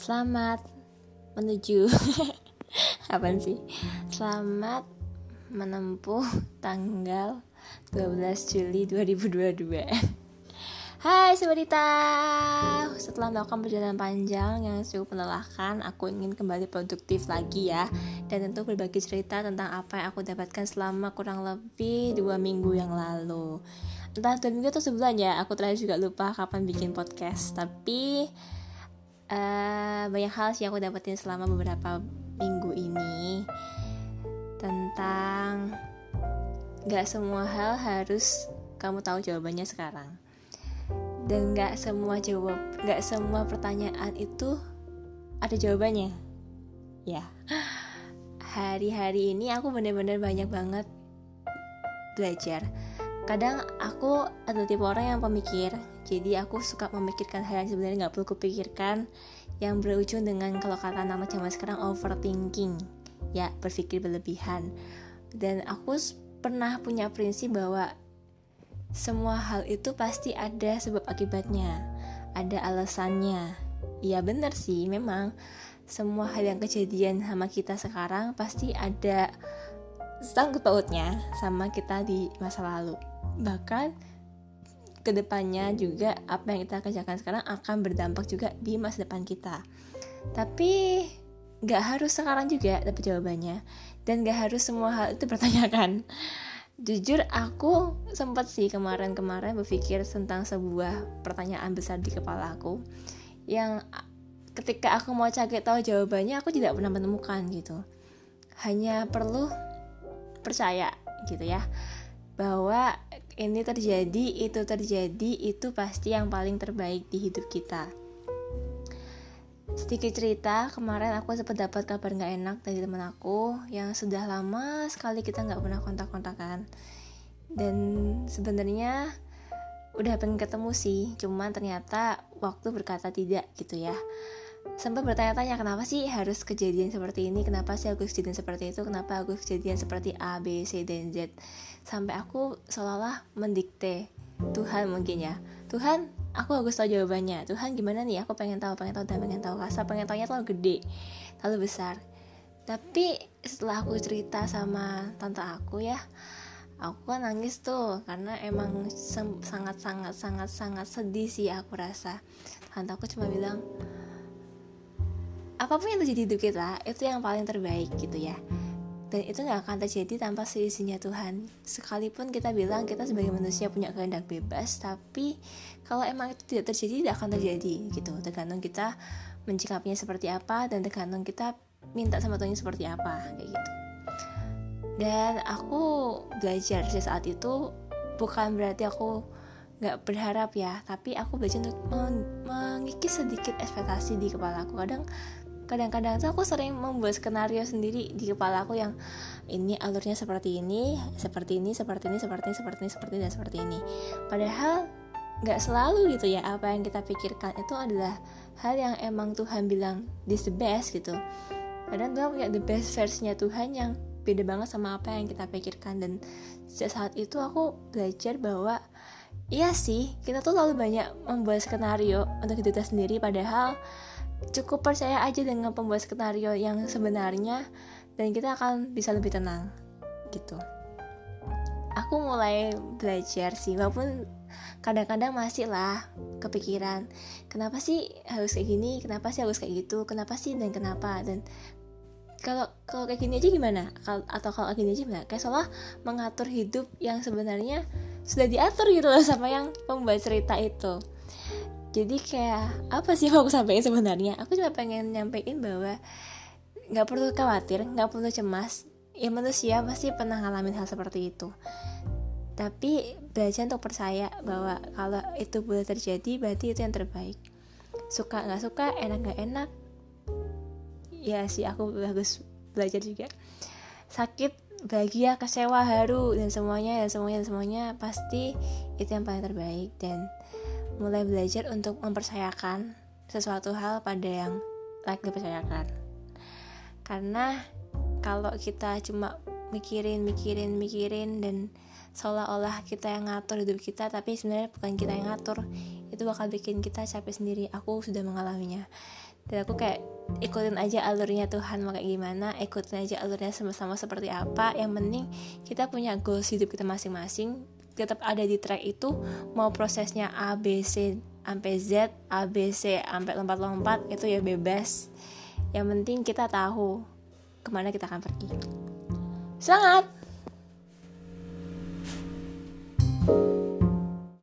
Selamat menuju apaan sih? Selamat menempuh tanggal 12 Juli 2022. Hai Sobat Dita. Setelah melakukan perjalanan panjang yang cukup melelahkan, aku ingin kembali produktif lagi ya. Dan tentu berbagi cerita tentang apa yang aku dapatkan selama kurang lebih 2 minggu yang lalu. Entah 2 minggu atau sebulan ya, aku terakhir juga lupa kapan bikin podcast. Tapi banyak hal sih aku dapetin selama beberapa minggu ini. Tentang gak semua hal harus kamu tahu jawabannya sekarang. Dan gak semua pertanyaan itu ada jawabannya. Ya, hari-hari ini aku benar-benar banyak banget belajar. Kadang aku adalah tipe orang yang pemikir, jadi aku suka memikirkan hal yang sebenarnya gak perlu kupikirkan, yang berujung dengan kalau kata nama zaman sekarang overthinking. Ya, berpikir berlebihan. Dan aku pernah punya prinsip bahwa semua hal itu pasti ada sebab akibatnya, ada alasannya. Ya benar sih, memang semua hal yang kejadian sama kita sekarang pasti ada sangkut pautnya sama kita di masa lalu. Bahkan kedepannya juga apa yang kita kerjakan sekarang akan berdampak juga di masa depan kita. Tapi gak harus sekarang juga dapat jawabannya, dan gak harus semua hal itu bertanyakan. Jujur aku sempat sih kemarin berpikir tentang sebuah pertanyaan besar di kepala aku, yang ketika aku mau cari tahu jawabannya aku tidak pernah menemukan gitu. Hanya perlu percaya gitu ya, bahwa ini terjadi, itu pasti yang paling terbaik di hidup kita. Sedikit cerita, kemarin aku sempat dapat kabar gak enak dari teman aku yang sudah lama sekali kita gak pernah kontak-kontakan. Dan sebenarnya udah pengen ketemu sih, cuman ternyata waktu berkata tidak gitu ya. Sempat bertanya-tanya, kenapa sih harus kejadian seperti ini, kenapa sih aku kejadian seperti itu, kenapa aku kejadian seperti A, B, C, dan Z. Sampai aku seolah-olah mendikte Tuhan mungkin ya, Tuhan aku harus tahu jawabannya, Tuhan gimana nih, aku pengen tahu, rasa pengen taunya terlalu gede, terlalu besar. Tapi setelah aku cerita sama tante aku ya, aku kan nangis tuh, karena emang sangat sedih sih aku rasa. Tante aku cuma bilang, apapun yang terjadi di hidup kita itu yang paling terbaik gitu ya, dan itu gak akan terjadi tanpa seizinnya Tuhan. Sekalipun kita bilang kita sebagai manusia punya kehendak bebas, tapi kalau emang itu tidak terjadi, tidak akan terjadi gitu. Tergantung kita mencikapinya seperti apa, dan tergantung kita minta sama Tuhan seperti apa, kayak gitu. Dan aku belajar di saat itu, bukan berarti aku gak berharap ya, tapi aku belajar untuk mengikis sedikit ekspektasi di kepala aku. Kadang-kadang tuh aku sering membuat skenario sendiri di kepala aku, yang ini alurnya seperti ini, dan seperti ini. Padahal gak selalu gitu ya, apa yang kita pikirkan itu adalah hal yang emang Tuhan bilang this the best gitu. Kadang Tuhan punya the best version-nya Tuhan yang beda banget sama apa yang kita pikirkan. Dan sejak saat itu aku belajar bahwa iya sih, kita tuh terlalu banyak membuat skenario untuk hidup kita sendiri, padahal cukup percaya aja dengan pembuat skenario yang sebenarnya, dan kita akan bisa lebih tenang gitu. Aku mulai belajar sih, walaupun kadang-kadang masih lah kepikiran, kenapa sih harus kayak gini, kenapa sih harus kayak gitu, kenapa sih dan kenapa. Dan kalau kayak gini aja gimana, atau kalau kayak gini aja gimana, kayak seolah mengatur hidup yang sebenarnya sudah diatur gitu loh sama yang pembuat cerita itu. Jadi kayak apa sih yang aku sampaikan sebenarnya? Aku cuma pengen nyampein bahwa gak perlu khawatir, gak perlu cemas. Ya manusia pasti pernah ngalamin hal seperti itu. Tapi belajar untuk percaya bahwa kalau itu boleh terjadi, berarti itu yang terbaik. Suka gak suka, enak gak enak, ya sih aku harus belajar juga. Sakit, bahagia, kecewa, haru, dan semuanya pasti itu yang paling terbaik. Dan mulai belajar untuk mempercayakan sesuatu hal pada yang layak dipercayakan. Karena kalau kita cuma mikirin dan seolah-olah kita yang ngatur hidup kita, tapi sebenarnya bukan kita yang ngatur, itu bakal bikin kita capek sendiri. Aku sudah mengalaminya. Dan aku kayak ikutin aja alurnya Tuhan mau kayak gimana, ikutin aja alurnya sama-sama seperti apa. Yang penting kita punya goals hidup kita masing-masing, tetap ada di track itu. Mau prosesnya A, B, C sampai Z, A, B, C sampai lompat-lompat, itu ya bebas. Yang penting kita tahu kemana kita akan pergi. Semangat!